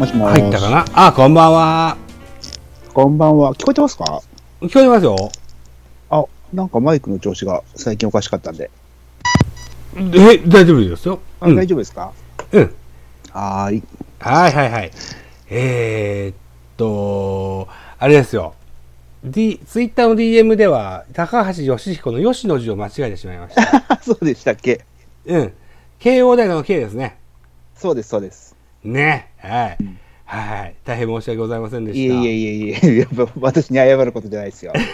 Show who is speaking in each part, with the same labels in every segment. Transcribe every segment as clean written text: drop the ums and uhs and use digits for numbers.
Speaker 1: もしもーし。
Speaker 2: 入ったかなあ、こんばんは。
Speaker 1: こんばんは。聞こえてますか？
Speaker 2: 聞こえますよ。
Speaker 1: あ、なんかマイクの調子が最近おかしかったんで。
Speaker 2: 大丈夫ですよ。
Speaker 1: 大丈夫ですか？
Speaker 2: うん。
Speaker 1: はーい。
Speaker 2: はいはいはい。あれですよ。ツイッターの DM では、高橋義彦の吉の字を間違えてしまいました。
Speaker 1: そうでしたっけ？
Speaker 2: うん。慶応大学の K ですね。
Speaker 1: そうです、そうです。
Speaker 2: ね。はい。
Speaker 1: うん、
Speaker 2: はい。大変申し訳ございませんで
Speaker 1: い
Speaker 2: した。
Speaker 1: えいえいえいえ、やっぱ私に謝ることじゃないですよ。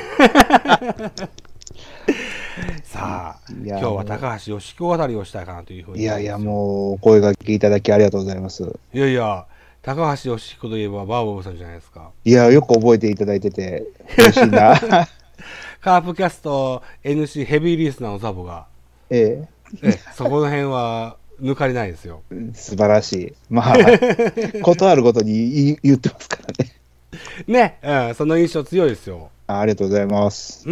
Speaker 2: さあ、
Speaker 1: いや
Speaker 2: 今日は高橋義彦語りをしたいかなというふうに
Speaker 1: いやいや、
Speaker 2: 思うんですよ。
Speaker 1: もう、お声掛けいただきありがとうございます。
Speaker 2: いやいや、高橋義彦といえばバーボブさんじゃないですか。
Speaker 1: いや、よく覚えていただいてて、嬉しいな。
Speaker 2: カープキャスト NC ヘビーリスナーのザボが、
Speaker 1: え
Speaker 2: そこの辺は抜かりないですよ。
Speaker 1: 素晴らしい。まあ、ことあるごとに言ってますからね。
Speaker 2: ね、その印象強いですよ。
Speaker 1: ありがとうございます。
Speaker 2: うん。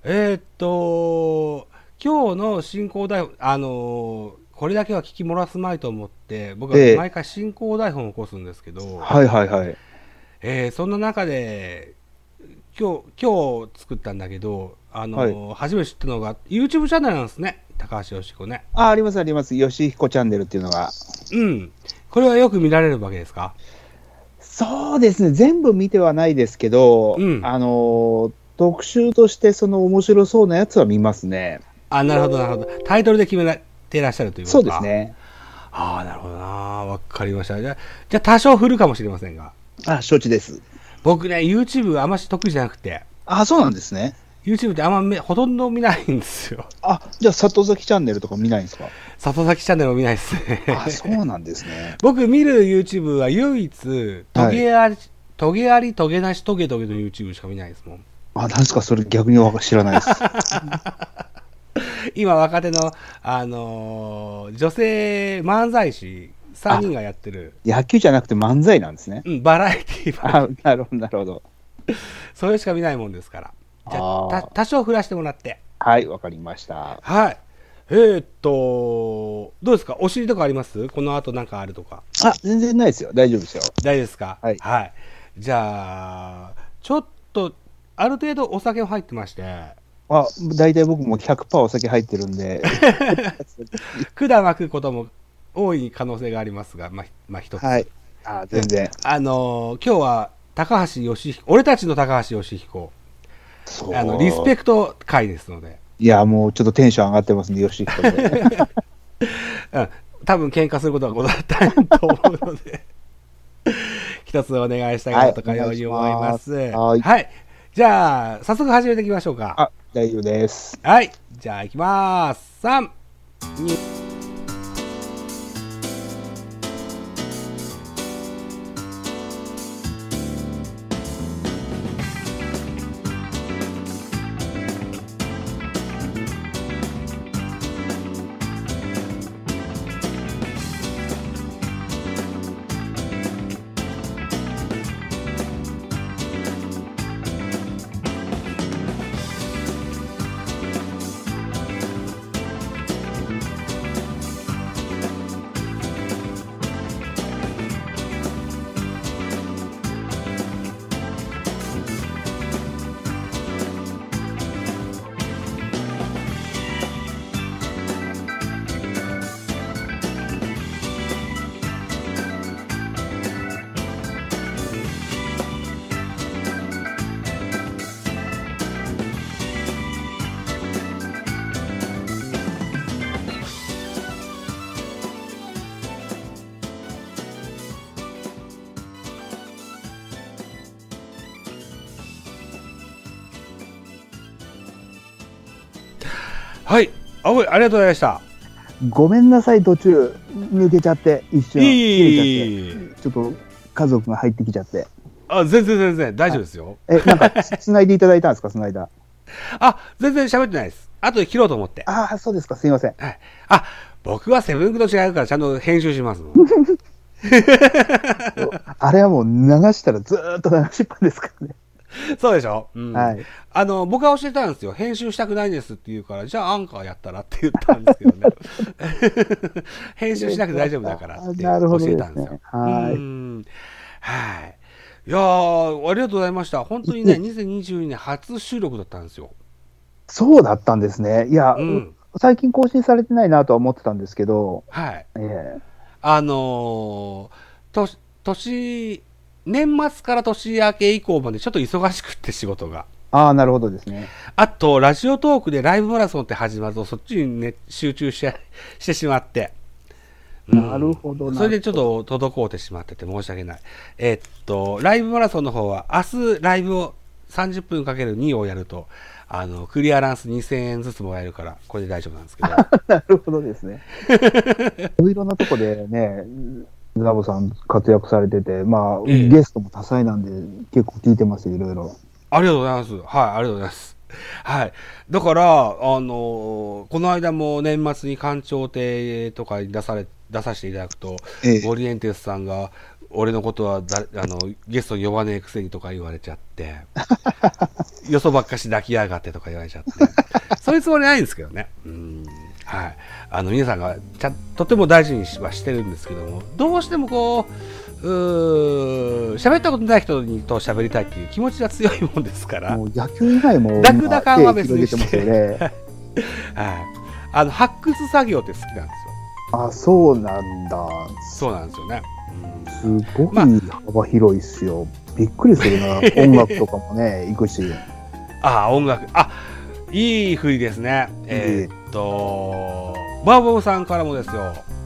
Speaker 2: 今日の進行台本、これだけは聞き漏らすまいと思って、僕は毎回進行台本を起こすんですけど、
Speaker 1: はいはいはい。
Speaker 2: そんな中で、今日作ったんだけど、初めて知ったのが YouTube チャンネルなんですね。高橋義彦ね。
Speaker 1: ありますあります。よしひこチャンネルっていうのが。
Speaker 2: うん。これはよく見られるわけですか？
Speaker 1: そうですね。全部見てはないですけど、
Speaker 2: うん。
Speaker 1: 特集としてその面白そうなやつは見ますね。
Speaker 2: あ、なるほど、なるほど。タイトルで決めていらっしゃるということか。
Speaker 1: そうですね。
Speaker 2: ああ、なるほどな。わかりました。じゃあ多少振るかもしれませんが。
Speaker 1: 承知です。
Speaker 2: 僕ね、YouTube あまし得意じゃなくて。
Speaker 1: そうなんですね。
Speaker 2: YouTube ってほとんど見ないんですよ。
Speaker 1: じゃあ、里崎チャンネルとか見ないんですか？
Speaker 2: 里崎チャンネルも見ないですね。
Speaker 1: そうなんですね。
Speaker 2: 僕見る YouTube は唯一、トゲあり、トゲなし、トゲトゲの YouTube しか見ないですもん。
Speaker 1: なんですか、それ逆に知らないです。
Speaker 2: 今若手の、女性漫才師3人がやってる。
Speaker 1: 野球じゃなくて漫才なんですね。
Speaker 2: うん、バラエティー。
Speaker 1: なるほど、なるほど。
Speaker 2: それしか見ないもんですから。じゃあ、多少振らせてもらって。
Speaker 1: はい、わかりました。
Speaker 2: はい。どうですか？お尻とかあります？この後なんかあるとか。
Speaker 1: 全然ないですよ。大丈夫ですよ。
Speaker 2: 大丈夫ですか？
Speaker 1: はい。
Speaker 2: はい。じゃあ、ちょっと、ある程度お酒も入ってまして。
Speaker 1: 大体僕も 100% お酒入ってるんで。
Speaker 2: 管巻くことも多い可能性がありますが、まあ一つ。
Speaker 1: はい。全然。
Speaker 2: 今日は高橋義彦、俺たちの高橋義彦、リスペクト会ですので。
Speaker 1: いや、もうちょっとテンション上がってますね、義彦で。
Speaker 2: 多分喧嘩することはござったいと思うので、一つお願いしたいなとかように思います。はい。じゃあ、早速始めていきましょうか。
Speaker 1: 大丈夫です。
Speaker 2: はい。じゃあ、いきます。3、2、はい。ありがとうございました。
Speaker 1: ごめんなさい、途中抜けちゃって、一瞬切れちゃって、ちょっと家族が入ってきちゃって。
Speaker 2: 全然大丈夫ですよ。
Speaker 1: なんか繋いでいただいたんですか、その間。
Speaker 2: 全然喋ってないです。後で切ろうと思って。
Speaker 1: そうですか、すいません。
Speaker 2: はい。僕はセブンクと違うからちゃんと編集しますの。
Speaker 1: あれはもう流したらずーっと流しっぱですからね。
Speaker 2: そうでしょ、うん、
Speaker 1: はい。
Speaker 2: 僕は教えたんですよ。編集したくないですって言うから、じゃあアンカーやったらって言ったんですけどね。編集しなくて大丈夫だからって教えたんですよ。
Speaker 1: はい。
Speaker 2: はい。いやー、ありがとうございました。本当にね、2022年初収録だったんですよ。
Speaker 1: そうだったんですね。いや、
Speaker 2: うん、
Speaker 1: 最近更新されてないなとは思ってたんですけど、
Speaker 2: はい。
Speaker 1: え
Speaker 2: 年、年末から年明け以降までちょっと忙しくって仕事が。
Speaker 1: ああ、なるほどですね。
Speaker 2: あと、ラジオトークでライブマラソンって始まると、そっちにね、集中してしまって。
Speaker 1: なるほどな。
Speaker 2: それでちょっと滞ってしまってて申し訳ない。ライブマラソンの方は、明日ライブを30分かける2をやると、クリアランス2000円ずつもらえるから、これで大丈夫なんですけど。
Speaker 1: なるほどですね。いろんなとこでね、ザボさん活躍されてて、まあ、ゲストも多彩なんで、結構聞いてますよ、いろいろ。
Speaker 2: ありがとうございます。はい、ありがとうございます。はい。だから、この間も年末に官庁亭とかに出させていただくと、オリエンテスさんが、俺のことはゲストに呼ばねえくせにとか言われちゃって、よそばっかし抱きやがってとか言われちゃって、そういうつもりないんですけどね。はい。皆さんがとても大事にはしてるんですけども、どうしてもこう、喋ったことない人にと喋りたいっていう気持ちが強いもんですから。
Speaker 1: もう野球以外も、
Speaker 2: ラクダ感は別にして、
Speaker 1: ね、
Speaker 2: はい。発掘作業って好きなんですよ。
Speaker 1: あ、そうなんだ。
Speaker 2: そうなんですよね。
Speaker 1: すごい幅広いっすよ。びっくりするな。音楽とかもね、行くし。
Speaker 2: 音楽。いい振りですね。バーボンさんからもですよ。